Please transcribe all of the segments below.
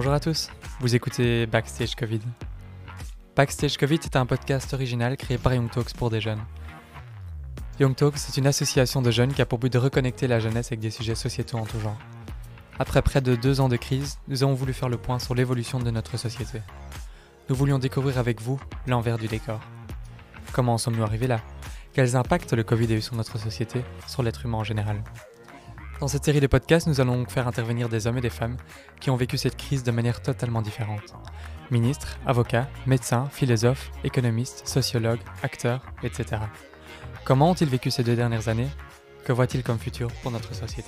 Bonjour à tous, vous écoutez Backstage Covid. Backstage Covid est un podcast original créé par Young Talks pour des jeunes. Young Talks est une association de jeunes qui a pour but de reconnecter la jeunesse avec des sujets sociétaux en tout genre. Après près de 2 ans de crise, nous avons voulu faire le point sur l'évolution de notre société. Nous voulions découvrir avec vous l'envers du décor. Comment en sommes-nous arrivés là? Quels impacts le Covid a eu sur notre société, sur l'être humain en général? Dans cette série de podcasts, nous allons donc faire intervenir des hommes et des femmes qui ont vécu cette crise de manière totalement différente. Ministres, avocats, médecins, philosophes, économistes, sociologues, acteurs, etc. Comment ont-ils vécu ces 2 dernières années? Que voient-ils comme futur pour notre société?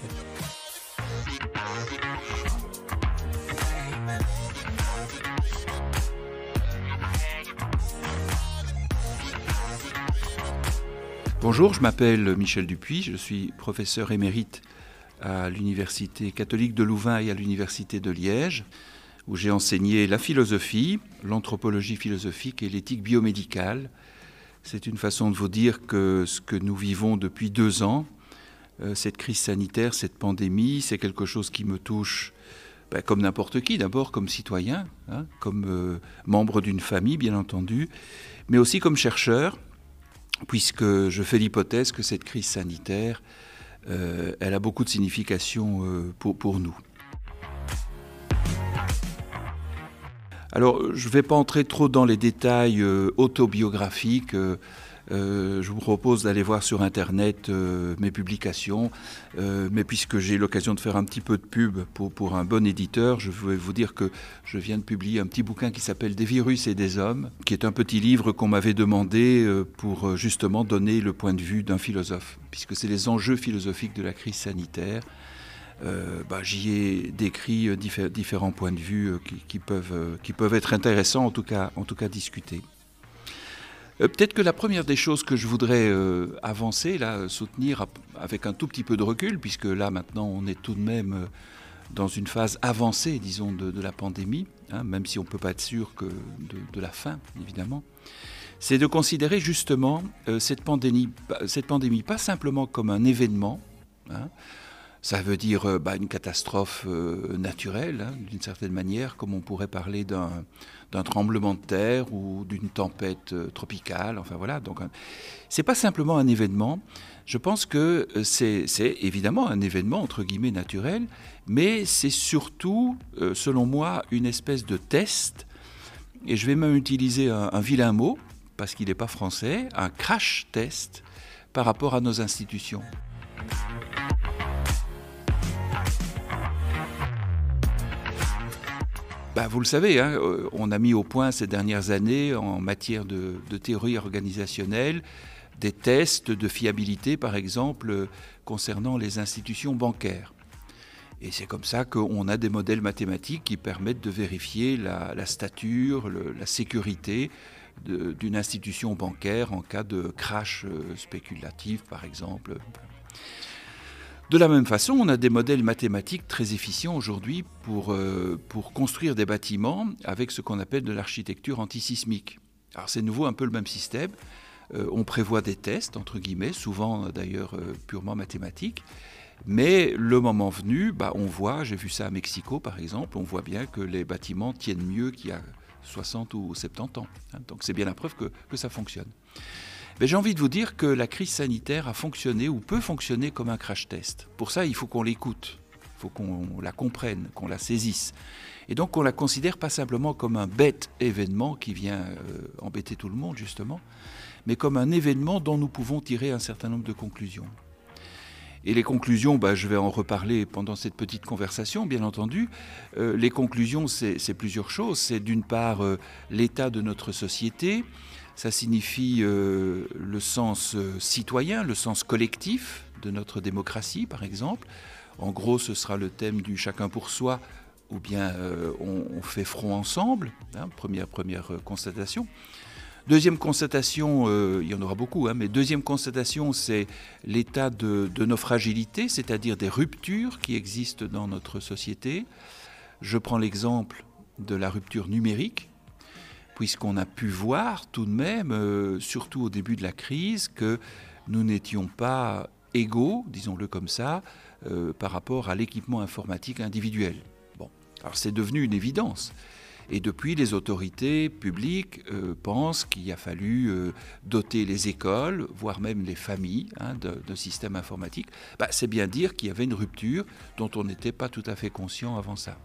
Bonjour, je m'appelle Michel Dupuis, je suis professeur émérite à l'Université catholique de Louvain et à l'Université de Liège, où j'ai enseigné la philosophie, l'anthropologie philosophique et l'éthique biomédicale. C'est une façon de vous dire que ce que nous vivons depuis 2 ans, cette crise sanitaire, cette pandémie, c'est quelque chose qui me touche comme n'importe qui, d'abord comme citoyen, comme membre d'une famille bien entendu, mais aussi comme chercheur, puisque je fais l'hypothèse que cette crise sanitaire, elle a beaucoup de signification pour nous. Alors, je ne vais pas entrer trop dans les détails autobiographiques. Je vous propose d'aller voir sur Internet mes publications. Mais puisque j'ai l'occasion de faire un petit peu de pub pour un bon éditeur, je vais vous dire que je viens de publier un petit bouquin qui s'appelle « Des virus et des hommes », qui est un petit livre qu'on m'avait demandé pour justement donner le point de vue d'un philosophe, puisque c'est les enjeux philosophiques de la crise sanitaire. J'y ai décrit différents points de vue qui peuvent être intéressants, en tout cas discutés. Peut-être que la première des choses que je voudrais avancer, là, soutenir avec un tout petit peu de recul, puisque là maintenant on est tout de même dans une phase avancée, disons, de la pandémie, même si on ne peut pas être sûr de la fin, évidemment, c'est de considérer justement cette pandémie pas simplement comme un événement, ça veut dire une catastrophe naturelle, d'une certaine manière, comme on pourrait parler d'un tremblement de terre ou d'une tempête tropicale. Enfin voilà, donc c'est pas simplement un événement. Je pense que c'est évidemment un événement entre guillemets naturel, mais c'est surtout, selon moi, une espèce de test. Et je vais même utiliser un vilain mot parce qu'il n'est pas français, un crash test par rapport à nos institutions. Vous le savez, on a mis au point ces dernières années en matière de théorie organisationnelle des tests de fiabilité, par exemple, concernant les institutions bancaires. Et c'est comme ça qu'on a des modèles mathématiques qui permettent de vérifier la stature, la sécurité d'une institution bancaire en cas de crash spéculatif, par exemple. De la même façon, on a des modèles mathématiques très efficients aujourd'hui pour construire des bâtiments avec ce qu'on appelle de l'architecture antisismique. Alors c'est de nouveau un peu le même système. On prévoit des tests, entre guillemets, souvent d'ailleurs purement mathématiques. Mais le moment venu, on voit, j'ai vu ça à Mexico par exemple, on voit bien que les bâtiments tiennent mieux qu'il y a 60 ou 70 ans. Donc c'est bien la preuve que ça fonctionne. Mais j'ai envie de vous dire que la crise sanitaire a fonctionné ou peut fonctionner comme un crash test. Pour ça, il faut qu'on l'écoute, il faut qu'on la comprenne, qu'on la saisisse. Et donc qu'on la considère pas simplement comme un bête événement qui vient embêter tout le monde justement, mais comme un événement dont nous pouvons tirer un certain nombre de conclusions. Et les conclusions, je vais en reparler pendant cette petite conversation, bien entendu. Les conclusions, c'est plusieurs choses. C'est d'une part l'état de notre société. Ça signifie le sens citoyen, le sens collectif de notre démocratie, par exemple. En gros, ce sera le thème du chacun pour soi, ou bien on fait front ensemble, première constatation. Deuxième constatation, il y en aura beaucoup, mais deuxième constatation, c'est l'état de nos fragilités, c'est-à-dire des ruptures qui existent dans notre société. Je prends l'exemple de la rupture numérique, puisqu'on a pu voir tout de même, surtout au début de la crise, que nous n'étions pas égaux, disons-le comme ça, par rapport à l'équipement informatique individuel. Bon, Alors c'est devenu une évidence. Et depuis, les autorités publiques pensent qu'il a fallu doter les écoles, voire même les familles, de systèmes informatiques. C'est bien dire qu'il y avait une rupture dont on n'était pas tout à fait conscient avant ça.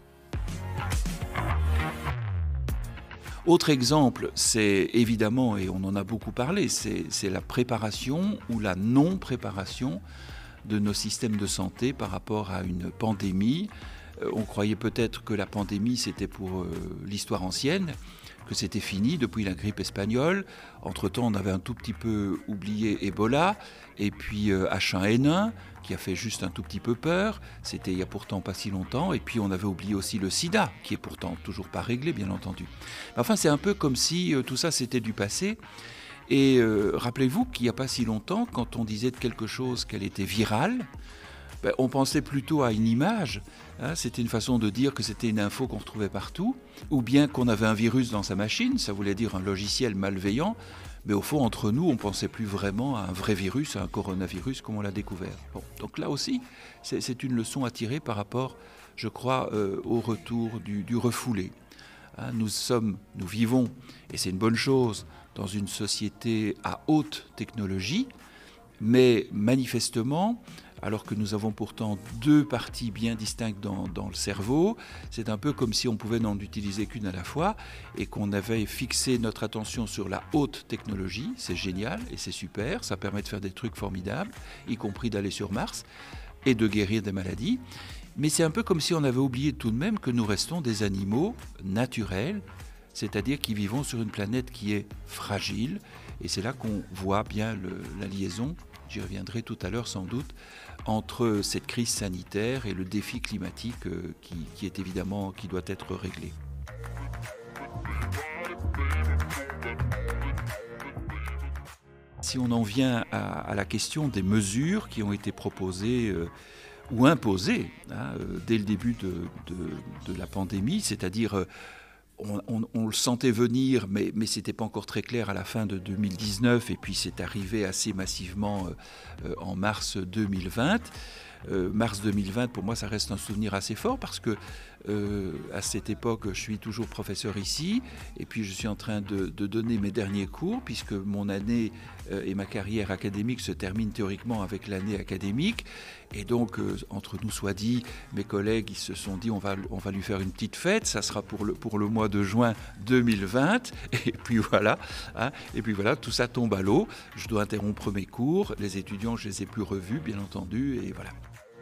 Autre exemple, c'est évidemment, et on en a beaucoup parlé, c'est la préparation ou la non-préparation de nos systèmes de santé par rapport à une pandémie. On croyait peut-être que la pandémie, c'était pour l'histoire ancienne, que c'était fini depuis la grippe espagnole. Entre-temps, on avait un tout petit peu oublié Ebola, et puis H1N1, qui a fait juste un tout petit peu peur. C'était il y a pourtant pas si longtemps. Et puis on avait oublié aussi le sida, qui est pourtant toujours pas réglé, bien entendu. Enfin, c'est un peu comme si tout ça, c'était du passé. Et rappelez-vous qu'il n'y a pas si longtemps, quand on disait de quelque chose qu'elle était virale, on pensait plutôt à une image, c'était une façon de dire que c'était une info qu'on retrouvait partout, ou bien qu'on avait un virus dans sa machine, ça voulait dire un logiciel malveillant, mais au fond, entre nous, on ne pensait plus vraiment à un vrai virus, à un coronavirus comme on l'a découvert. Bon, donc là aussi, c'est une leçon à tirer par rapport, je crois, au retour du refoulé. Nous vivons, et c'est une bonne chose, dans une société à haute technologie, mais manifestement, alors que nous avons pourtant deux parties bien distinctes dans le cerveau, c'est un peu comme si on pouvait n'en utiliser qu'une à la fois et qu'on avait fixé notre attention sur la haute technologie. C'est génial et c'est super, ça permet de faire des trucs formidables, y compris d'aller sur Mars et de guérir des maladies. Mais c'est un peu comme si on avait oublié tout de même que nous restons des animaux naturels, c'est-à-dire qui vivons sur une planète qui est fragile. Et c'est là qu'on voit bien la liaison, j'y reviendrai tout à l'heure sans doute, entre cette crise sanitaire et le défi climatique qui est évidemment, qui doit être réglé. Si on en vient à la question des mesures qui ont été proposées ou imposées dès le début de la pandémie, c'est-à-dire on le sentait venir, mais ce n'était pas encore très clair à la fin de 2019, et puis c'est arrivé assez massivement en mars 2020. Mars 2020, pour moi, ça reste un souvenir assez fort parce que à cette époque, je suis toujours professeur ici et puis je suis en train de donner mes derniers cours puisque mon année et ma carrière académique se terminent théoriquement avec l'année académique. Et donc, entre nous soit dit, mes collègues ils se sont dit on va lui faire une petite fête, ça sera pour le mois de juin 2020. Et puis voilà, tout ça tombe à l'eau. Je dois interrompre mes cours, les étudiants, je les ai plus revus, bien entendu, et voilà.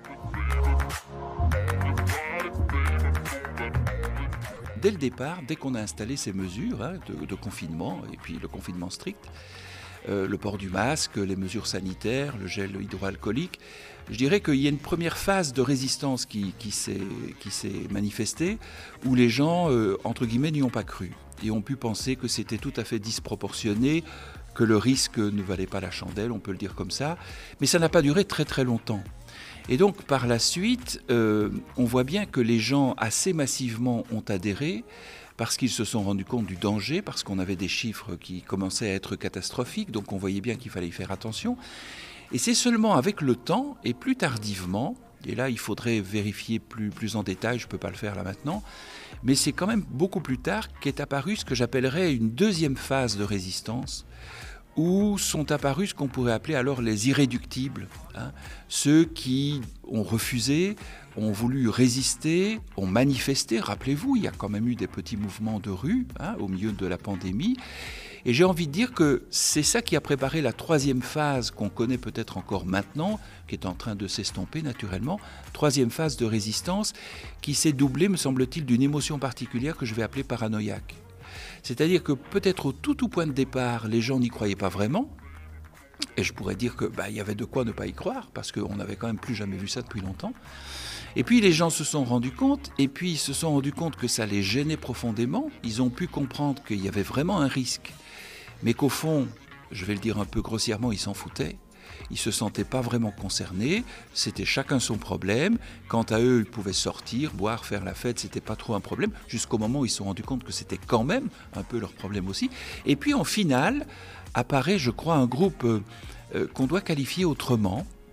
Dès le départ, dès qu'on a installé ces mesures de confinement, et puis le confinement strict, le port du masque, les mesures sanitaires, le gel hydroalcoolique, je dirais qu'il y a une première phase de résistance qui s'est manifestée, où les gens, entre guillemets, n'y ont pas cru, et ont pu penser que c'était tout à fait disproportionné, que le risque ne valait pas la chandelle, on peut le dire comme ça, mais ça n'a pas duré très très longtemps. Et donc par la suite, on voit bien que les gens assez massivement ont adhéré parce qu'ils se sont rendus compte du danger, parce qu'on avait des chiffres qui commençaient à être catastrophiques, donc on voyait bien qu'il fallait y faire attention. Et c'est seulement avec le temps et plus tardivement, et là il faudrait vérifier plus en détail, je ne peux pas le faire là maintenant, mais c'est quand même beaucoup plus tard qu'est apparu ce que j'appellerais une deuxième phase de résistance, où sont apparus ce qu'on pourrait appeler alors les irréductibles, ceux qui ont refusé, ont voulu résister, ont manifesté. Rappelez-vous, il y a quand même eu des petits mouvements de rue au milieu de la pandémie. Et j'ai envie de dire que c'est ça qui a préparé la troisième phase qu'on connaît peut-être encore maintenant, qui est en train de s'estomper naturellement, troisième phase de résistance qui s'est doublée, me semble-t-il, d'une émotion particulière que je vais appeler paranoïaque. C'est-à-dire que peut-être au tout point de départ, les gens n'y croyaient pas vraiment. Et je pourrais dire que y avait de quoi ne pas y croire, parce qu'on n'avait quand même plus jamais vu ça depuis longtemps. Et puis les gens se sont rendus compte, et puis ils se sont rendus compte que ça les gênait profondément. Ils ont pu comprendre qu'il y avait vraiment un risque, mais qu'au fond, je vais le dire un peu grossièrement, ils s'en foutaient. Ils ne se sentaient pas vraiment concernés, c'était chacun son problème. Quant à eux, ils pouvaient sortir, boire, faire la fête, c'était pas trop un problème, jusqu'au moment où ils se sont rendus compte que c'était quand même un peu leur problème aussi. Et puis en finale, apparaît, je crois, un groupe qu'on doit qualifier autrement,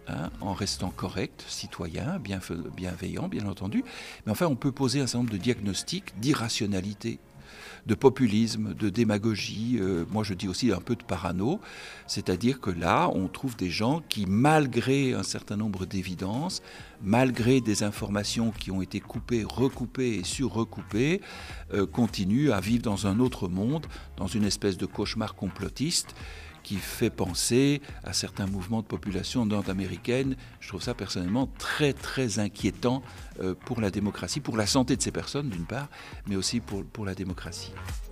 hein, en restant correct, citoyen, bienveillant, bien entendu. Mais enfin, on peut poser un certain nombre de diagnostics d'irrationalité, de populisme, de démagogie, moi je dis aussi un peu de parano, c'est-à-dire que là, on trouve des gens qui, malgré un certain nombre d'évidences, malgré des informations qui ont été coupées, recoupées et surrecoupées, continuent à vivre dans un autre monde, dans une espèce de cauchemar complotiste qui fait penser à certains mouvements de population nord-américaine. Je trouve ça personnellement très très inquiétant pour la démocratie, pour la santé de ces personnes d'une part, mais aussi pour la démocratie.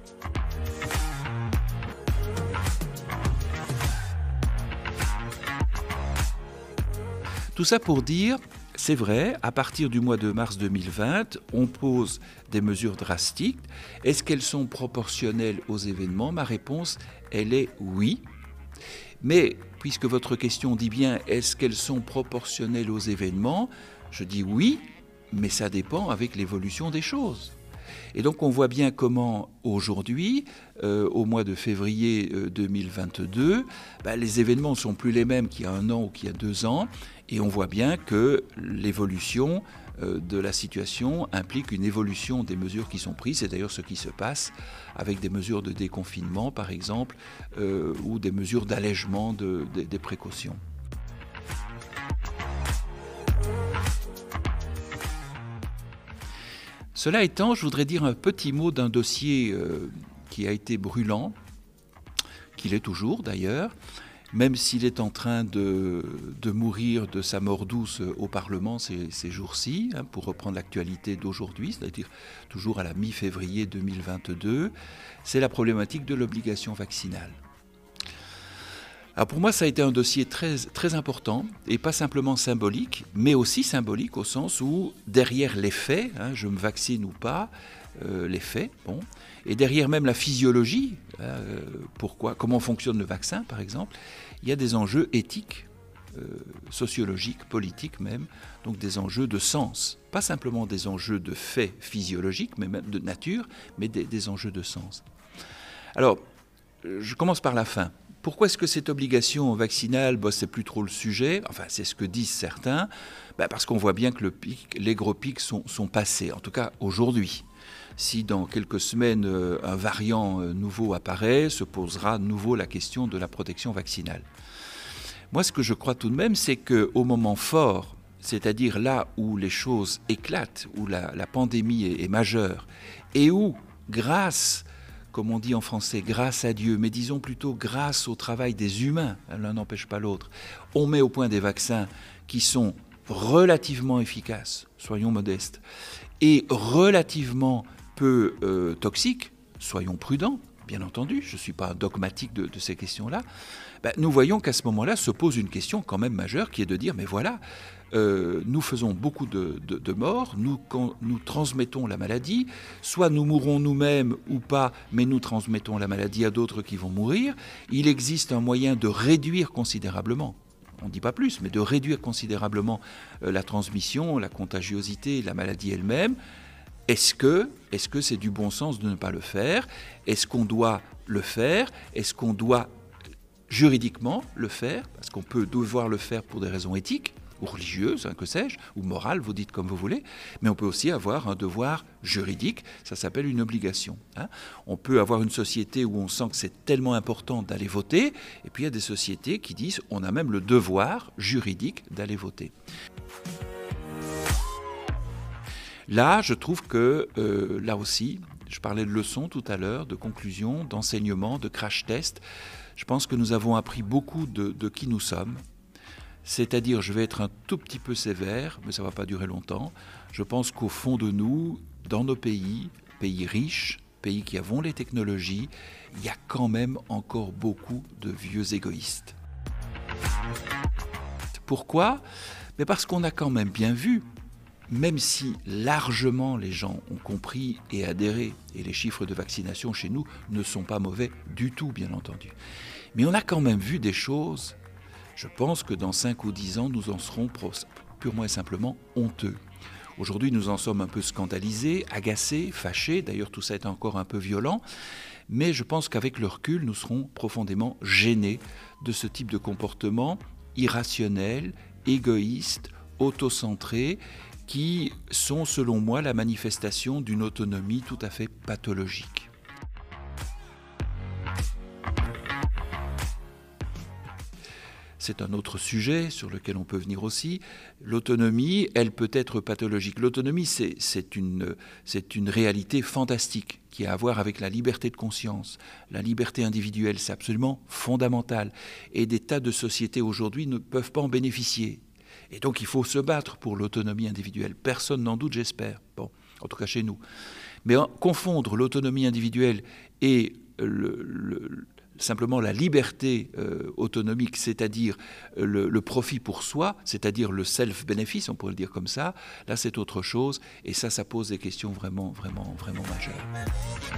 Tout ça pour dire, c'est vrai, à partir du mois de mars 2020, on pose des mesures drastiques. Est-ce qu'elles sont proportionnelles aux événements ? Ma réponse, elle est oui. Mais, puisque votre question dit bien, est-ce qu'elles sont proportionnelles aux événements ? Je dis oui, mais ça dépend avec l'évolution des choses. Et donc on voit bien comment aujourd'hui, au mois de février 2022, les événements ne sont plus les mêmes qu'il y a 1 an ou qu'il y a 2 ans, et on voit bien que l'évolution de la situation implique une évolution des mesures qui sont prises. C'est d'ailleurs ce qui se passe avec des mesures de déconfinement, par exemple, ou des mesures d'allègement des précautions. Cela étant, je voudrais dire un petit mot d'un dossier qui a été brûlant, qu'il est toujours d'ailleurs, même s'il est en train de mourir de sa mort douce au Parlement ces jours-ci, hein, pour reprendre l'actualité d'aujourd'hui, c'est-à-dire toujours à la mi-février 2022, c'est la problématique de l'obligation vaccinale. Alors pour moi, ça a été un dossier très, très important, et pas simplement symbolique, mais aussi symbolique au sens où, derrière les faits, hein, je me vaccine ou pas, les faits, bon, et derrière même la physiologie, comment fonctionne le vaccin par exemple, il y a des enjeux éthiques, sociologiques, politiques même, donc des enjeux de sens, pas simplement des enjeux de faits physiologiques, mais même de nature, mais des enjeux de sens. Alors, je commence par la fin. Pourquoi est-ce que cette obligation vaccinale, c'est plus trop le sujet ? Enfin, c'est ce que disent certains. Parce qu'on voit bien que les gros pics sont passés, en tout cas aujourd'hui. Si dans quelques semaines, un variant nouveau apparaît, se posera de nouveau la question de la protection vaccinale. Moi, ce que je crois tout de même, c'est qu'au moment fort, c'est-à-dire là où les choses éclatent, où la pandémie est majeure, et où, grâce, comme on dit en français, grâce à Dieu, mais disons plutôt grâce au travail des humains, l'un n'empêche pas l'autre, on met au point des vaccins qui sont relativement efficaces, soyons modestes, et relativement peu toxiques, soyons prudents, bien entendu, je ne suis pas dogmatique de ces questions-là, nous voyons qu'à ce moment-là se pose une question quand même majeure qui est de dire, mais voilà, nous faisons beaucoup de morts, nous transmettons la maladie, soit nous mourrons nous-mêmes ou pas, mais nous transmettons la maladie à d'autres qui vont mourir. Il existe un moyen de réduire considérablement, on ne dit pas plus, mais de réduire considérablement la transmission, la contagiosité, la maladie elle-même. Est-ce que c'est du bon sens de ne pas le faire ? Est-ce qu'on doit le faire ? Est-ce qu'on doit juridiquement le faire ? Parce qu'on peut devoir le faire pour des raisons éthiques, ou religieuses, hein, que sais-je, ou morales, vous dites comme vous voulez, mais on peut aussi avoir un devoir juridique, ça s'appelle une obligation. Hein. On peut avoir une société où on sent que c'est tellement important d'aller voter, et puis il y a des sociétés qui disent on a même le devoir juridique d'aller voter. Là, je trouve que, là aussi, je parlais de leçons tout à l'heure, de conclusions, d'enseignements, de crash tests. Je pense que nous avons appris beaucoup de qui nous sommes. C'est-à-dire, je vais être un tout petit peu sévère, mais ça ne va pas durer longtemps. Je pense qu'au fond de nous, dans nos pays riches, pays qui avons les technologies, il y a quand même encore beaucoup de vieux égoïstes. Pourquoi ? Mais parce qu'on a quand même bien vu, même si largement les gens ont compris et adhéré, et les chiffres de vaccination chez nous ne sont pas mauvais du tout, bien entendu. Mais on a quand même vu des choses. Je pense que dans 5 ou 10 ans, nous en serons purement et simplement honteux. Aujourd'hui, nous en sommes un peu scandalisés, agacés, fâchés. D'ailleurs, tout ça est encore un peu violent. Mais je pense qu'avec le recul, nous serons profondément gênés de ce type de comportement irrationnel, égoïstes, autocentrés, qui sont selon moi la manifestation d'une autonomie tout à fait pathologique. C'est un autre sujet sur lequel on peut venir aussi. L'autonomie, elle peut être pathologique. L'autonomie, c'est une réalité fantastique qui a à voir avec la liberté de conscience. La liberté individuelle, c'est absolument fondamental. Et des tas de sociétés aujourd'hui ne peuvent pas en bénéficier. Et donc il faut se battre pour l'autonomie individuelle. Personne n'en doute, j'espère. Bon, en tout cas chez nous. Mais confondre l'autonomie individuelle et simplement la liberté autonomique, c'est-à-dire le profit pour soi, c'est-à-dire le self-bénéfice, on pourrait le dire comme ça, là c'est autre chose, et ça pose des questions vraiment majeures.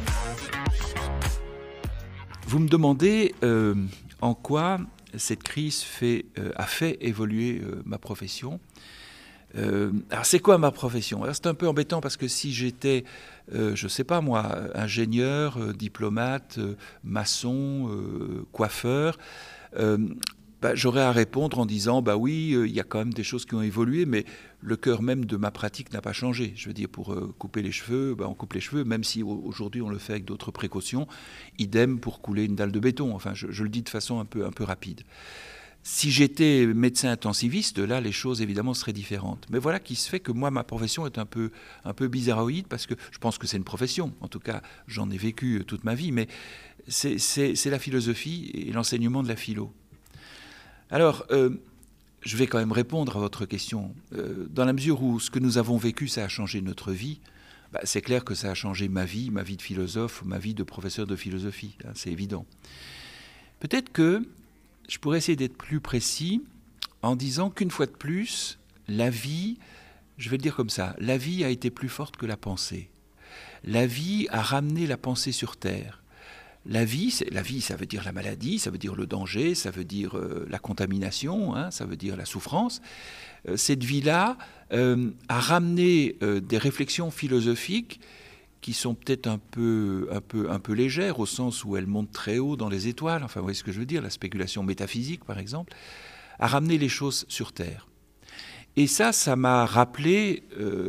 Vous me demandez en quoi cette crise a fait évoluer ma profession. Alors c'est quoi ma profession? Alors, c'est un peu embêtant parce que si j'étais, je ne sais pas moi, ingénieur, diplomate, maçon, coiffeur, j'aurais à répondre en disant oui, il y a quand même des choses qui ont évolué, mais le cœur même de ma pratique n'a pas changé. Je veux dire, pour couper les cheveux, on coupe les cheveux, même si aujourd'hui on le fait avec d'autres précautions. Idem pour couler une dalle de béton. Enfin, je le dis de façon un peu rapide. Si j'étais médecin intensiviste, là, les choses, évidemment, seraient différentes. Mais voilà qui se fait que moi, ma profession est un peu bizarroïde, parce que je pense que c'est une profession. En tout cas, j'en ai vécu toute ma vie, mais c'est la philosophie et l'enseignement de la philo. Alors, je vais quand même répondre à votre question. Dans la mesure où ce que nous avons vécu, ça a changé notre vie, c'est clair que ça a changé ma vie de philosophe, ma vie de professeur de philosophie. Hein, c'est évident. Peut-être que je pourrais essayer d'être plus précis en disant qu'une fois de plus, la vie, je vais le dire comme ça, la vie a été plus forte que la pensée. La vie a ramené la pensée sur terre. La vie, ça veut dire la maladie, ça veut dire le danger, ça veut dire la contamination, hein, ça veut dire la souffrance. Cette vie-là a ramené des réflexions philosophiques qui sont peut-être un peu légères, au sens où elles montent très haut dans les étoiles, enfin vous voyez ce que je veux dire, la spéculation métaphysique par exemple, a ramené les choses sur Terre. Et ça m'a rappelé,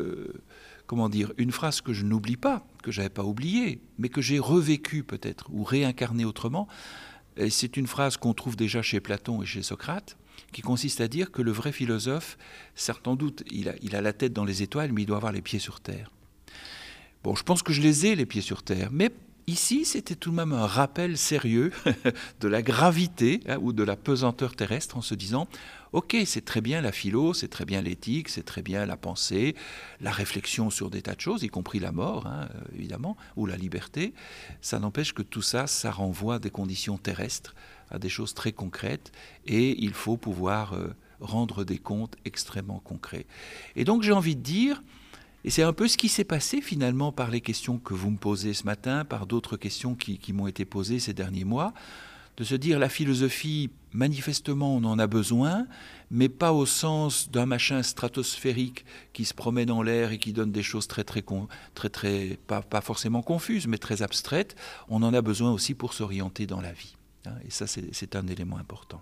une phrase que je n'oublie pas, que je n'avais pas oubliée, mais que j'ai revécue peut-être, ou réincarnée autrement. Et c'est une phrase qu'on trouve déjà chez Platon et chez Socrate, qui consiste à dire que le vrai philosophe, sans doute, il a la tête dans les étoiles, mais il doit avoir les pieds sur Terre. Bon, je pense que je les ai, les pieds sur terre, mais ici, c'était tout de même un rappel sérieux de la gravité ou de la pesanteur terrestre en se disant « Ok, c'est très bien la philo, c'est très bien l'éthique, c'est très bien la pensée, la réflexion sur des tas de choses, y compris la mort, évidemment, ou la liberté. Ça n'empêche que tout ça, ça renvoie à des conditions terrestres, à des choses très concrètes, et il faut pouvoir rendre des comptes extrêmement concrets. » Et donc, j'ai envie de dire... Et c'est un peu ce qui s'est passé finalement par les questions que vous me posez ce matin, par d'autres questions qui m'ont été posées ces derniers mois, de se dire la philosophie, manifestement on en a besoin, mais pas au sens d'un machin stratosphérique qui se promène dans l'air et qui donne des choses très pas forcément confuses, mais très abstraites. On en a besoin aussi pour s'orienter dans la vie. Et ça, c'est un élément important.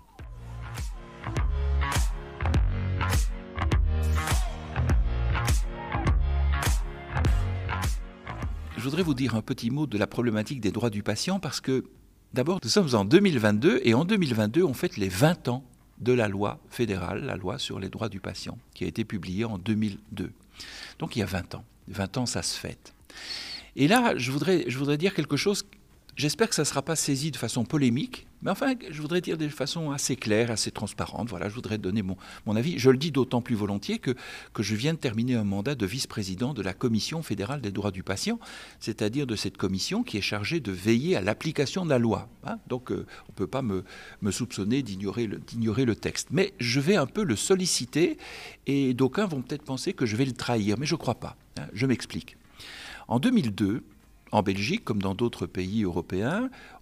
Je voudrais vous dire un petit mot de la problématique des droits du patient parce que, d'abord, nous sommes en 2022 et en 2022, on fête les 20 ans de la loi fédérale, la loi sur les droits du patient, qui a été publiée en 2002. Donc il y a 20 ans. 20 ans, ça se fête. Et là, je voudrais dire quelque chose, j'espère que ça ne sera pas saisi de façon polémique, mais enfin, je voudrais dire de façon assez claire, assez transparente. Voilà, je voudrais donner mon avis. Je le dis d'autant plus volontiers que je viens de terminer un mandat de vice-président de la Commission fédérale des droits du patient, c'est-à-dire de cette commission qui est chargée de veiller à l'application de la loi. Donc, on ne peut pas me soupçonner d'ignorer le texte. Mais je vais un peu le solliciter et d'aucuns vont peut-être penser que je vais le trahir, mais je ne crois pas. Je m'explique. En 2002, en Belgique, comme dans d'autres pays européens,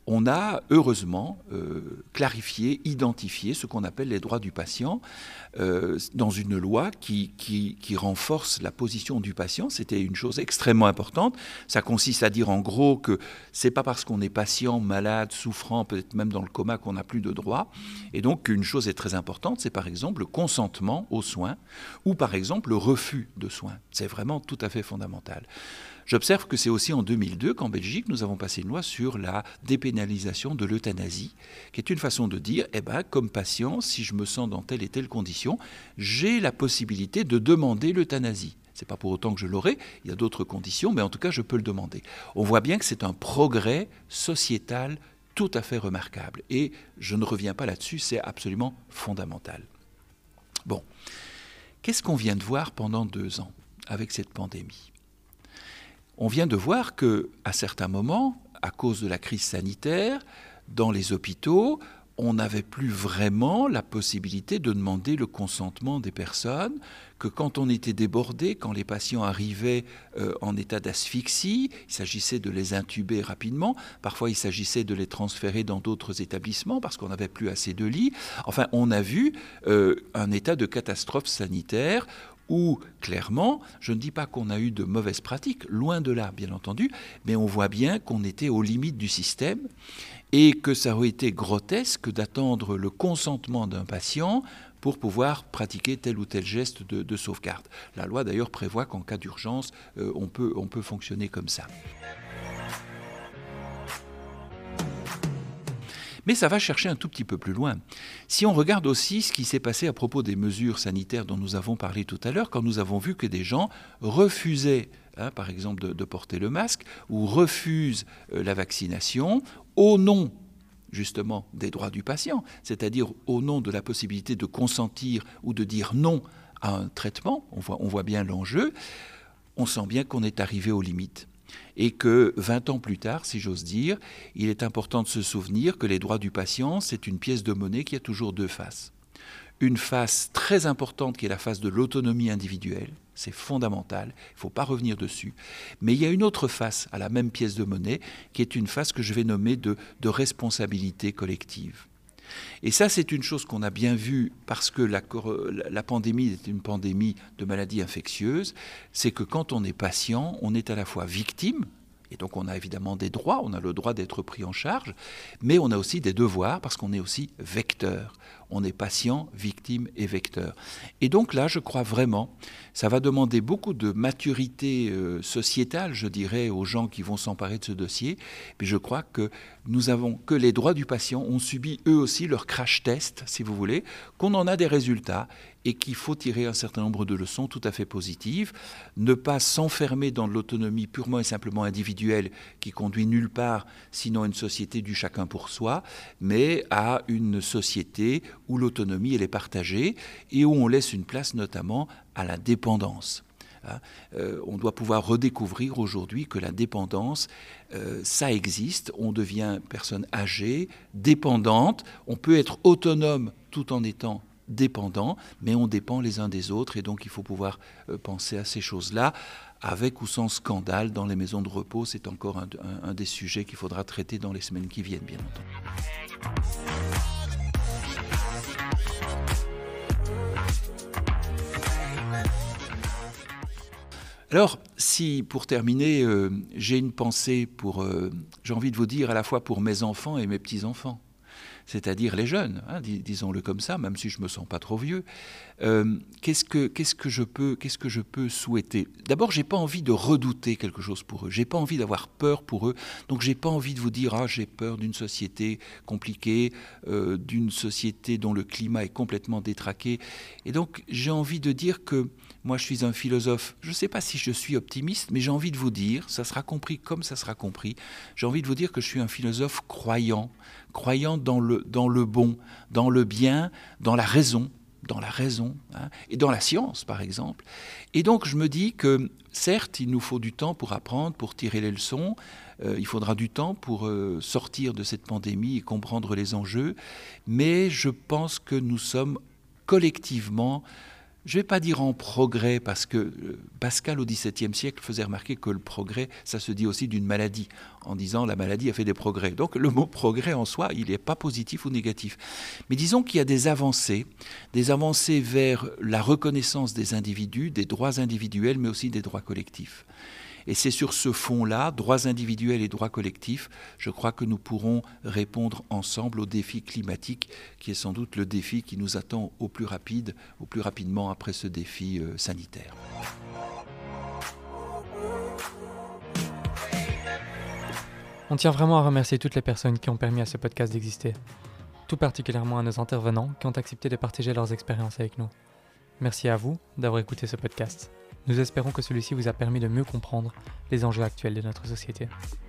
on a heureusement clarifié, identifié ce qu'on appelle les droits du patient dans une loi qui renforce la position du patient. C'était une chose extrêmement importante. Ça consiste à dire en gros que c'est pas parce qu'on est patient, malade, souffrant, peut-être même dans le coma qu'on n'a plus de droits. Et donc une chose est très importante, c'est par exemple le consentement aux soins ou par exemple le refus de soins. C'est vraiment tout à fait fondamental. J'observe que c'est aussi en 2002 qu'en Belgique, nous avons passé une loi sur la dépénalisation de l'euthanasie, qui est une façon de dire, comme patient, si je me sens dans telle et telle condition, j'ai la possibilité de demander l'euthanasie. Ce n'est pas pour autant que je l'aurai, il y a d'autres conditions, mais en tout cas, je peux le demander. On voit bien que c'est un progrès sociétal tout à fait remarquable. Et je ne reviens pas là-dessus, c'est absolument fondamental. Bon, qu'est-ce qu'on vient de voir pendant 2 ans avec cette pandémie ? On vient de voir qu'à certains moments, à cause de la crise sanitaire, dans les hôpitaux, on n'avait plus vraiment la possibilité de demander le consentement des personnes, que quand on était débordé, quand les patients arrivaient en état d'asphyxie, il s'agissait de les intuber rapidement, parfois il s'agissait de les transférer dans d'autres établissements parce qu'on n'avait plus assez de lits. Enfin, on a vu un état de catastrophe sanitaire où, clairement, je ne dis pas qu'on a eu de mauvaises pratiques, loin de là, bien entendu, mais on voit bien qu'on était aux limites du système et que ça aurait été grotesque d'attendre le consentement d'un patient pour pouvoir pratiquer tel ou tel geste de sauvegarde. La loi, d'ailleurs, prévoit qu'en cas d'urgence, on peut fonctionner comme ça. Mais ça va chercher un tout petit peu plus loin. Si on regarde aussi ce qui s'est passé à propos des mesures sanitaires dont nous avons parlé tout à l'heure, quand nous avons vu que des gens refusaient, par exemple, de porter le masque, ou refusent la vaccination au nom justement des droits du patient, c'est-à-dire au nom de la possibilité de consentir ou de dire non à un traitement, on voit bien l'enjeu, on sent bien qu'on est arrivé aux limites. Et que 20 ans plus tard, si j'ose dire, il est important de se souvenir que les droits du patient, c'est une pièce de monnaie qui a toujours 2 faces. Une face très importante qui est la face de l'autonomie individuelle, c'est fondamental, il ne faut pas revenir dessus. Mais il y a une autre face à la même pièce de monnaie qui est une face que je vais nommer de responsabilité collective. Et ça, c'est une chose qu'on a bien vue parce que la pandémie est une pandémie de maladies infectieuses, c'est que quand on est patient, on est à la fois victime, et donc on a évidemment des droits, on a le droit d'être pris en charge, mais on a aussi des devoirs parce qu'on est aussi vecteur. On est patient, victime et vecteur. Et donc là, je crois vraiment, ça va demander beaucoup de maturité sociétale, je dirais, aux gens qui vont s'emparer de ce dossier. Mais je crois que les droits du patient ont subi eux aussi leur crash test, si vous voulez, qu'on en a des résultats et qu'il faut tirer un certain nombre de leçons tout à fait positives, ne pas s'enfermer dans de l'autonomie purement et simplement individuelle qui conduit nulle part, sinon à une société du chacun pour soi, mais à une société où l'autonomie elle est partagée et où on laisse une place notamment à la dépendance. On doit pouvoir redécouvrir aujourd'hui que la dépendance, ça existe. On devient personne âgée, dépendante. On peut être autonome tout en étant dépendant, mais on dépend les uns des autres et donc il faut pouvoir penser à ces choses-là. Avec ou sans scandale dans les maisons de repos, c'est encore un des sujets qu'il faudra traiter dans les semaines qui viennent, bien entendu. Alors, si pour terminer, j'ai une pensée j'ai envie de vous dire à la fois pour mes enfants et mes petits-enfants, c'est-à-dire les jeunes, disons-le comme ça, même si je me sens pas trop vieux. Qu'est-ce que je peux souhaiter ? D'abord, j'ai pas envie de redouter quelque chose pour eux. J'ai pas envie d'avoir peur pour eux. Donc, j'ai pas envie de vous dire j'ai peur d'une société compliquée, d'une société dont le climat est complètement détraqué. Et donc, j'ai envie de dire que moi, je suis un philosophe. Je ne sais pas si je suis optimiste, mais j'ai envie de vous dire, ça sera compris comme ça sera compris. J'ai envie de vous dire que je suis un philosophe croyant dans le bon, dans le bien, dans la raison, et dans la science, par exemple. Et donc, je me dis que, certes, il nous faut du temps pour apprendre, pour tirer les leçons. Il faudra du temps pour sortir de cette pandémie et comprendre les enjeux. Mais je pense que nous sommes collectivement je ne vais pas dire en progrès, parce que Pascal, au XVIIe siècle, faisait remarquer que le progrès, ça se dit aussi d'une maladie, en disant la maladie a fait des progrès. Donc le mot progrès en soi, il n'est pas positif ou négatif. Mais disons qu'il y a des avancées vers la reconnaissance des individus, des droits individuels, mais aussi des droits collectifs. Et c'est sur ce fond-là, droits individuels et droits collectifs, je crois que nous pourrons répondre ensemble au défi climatique, qui est sans doute le défi qui nous attend au plus rapidement après ce défi sanitaire. On tient vraiment à remercier toutes les personnes qui ont permis à ce podcast d'exister, tout particulièrement à nos intervenants qui ont accepté de partager leurs expériences avec nous. Merci à vous d'avoir écouté ce podcast. Nous espérons que celui-ci vous a permis de mieux comprendre les enjeux actuels de notre société.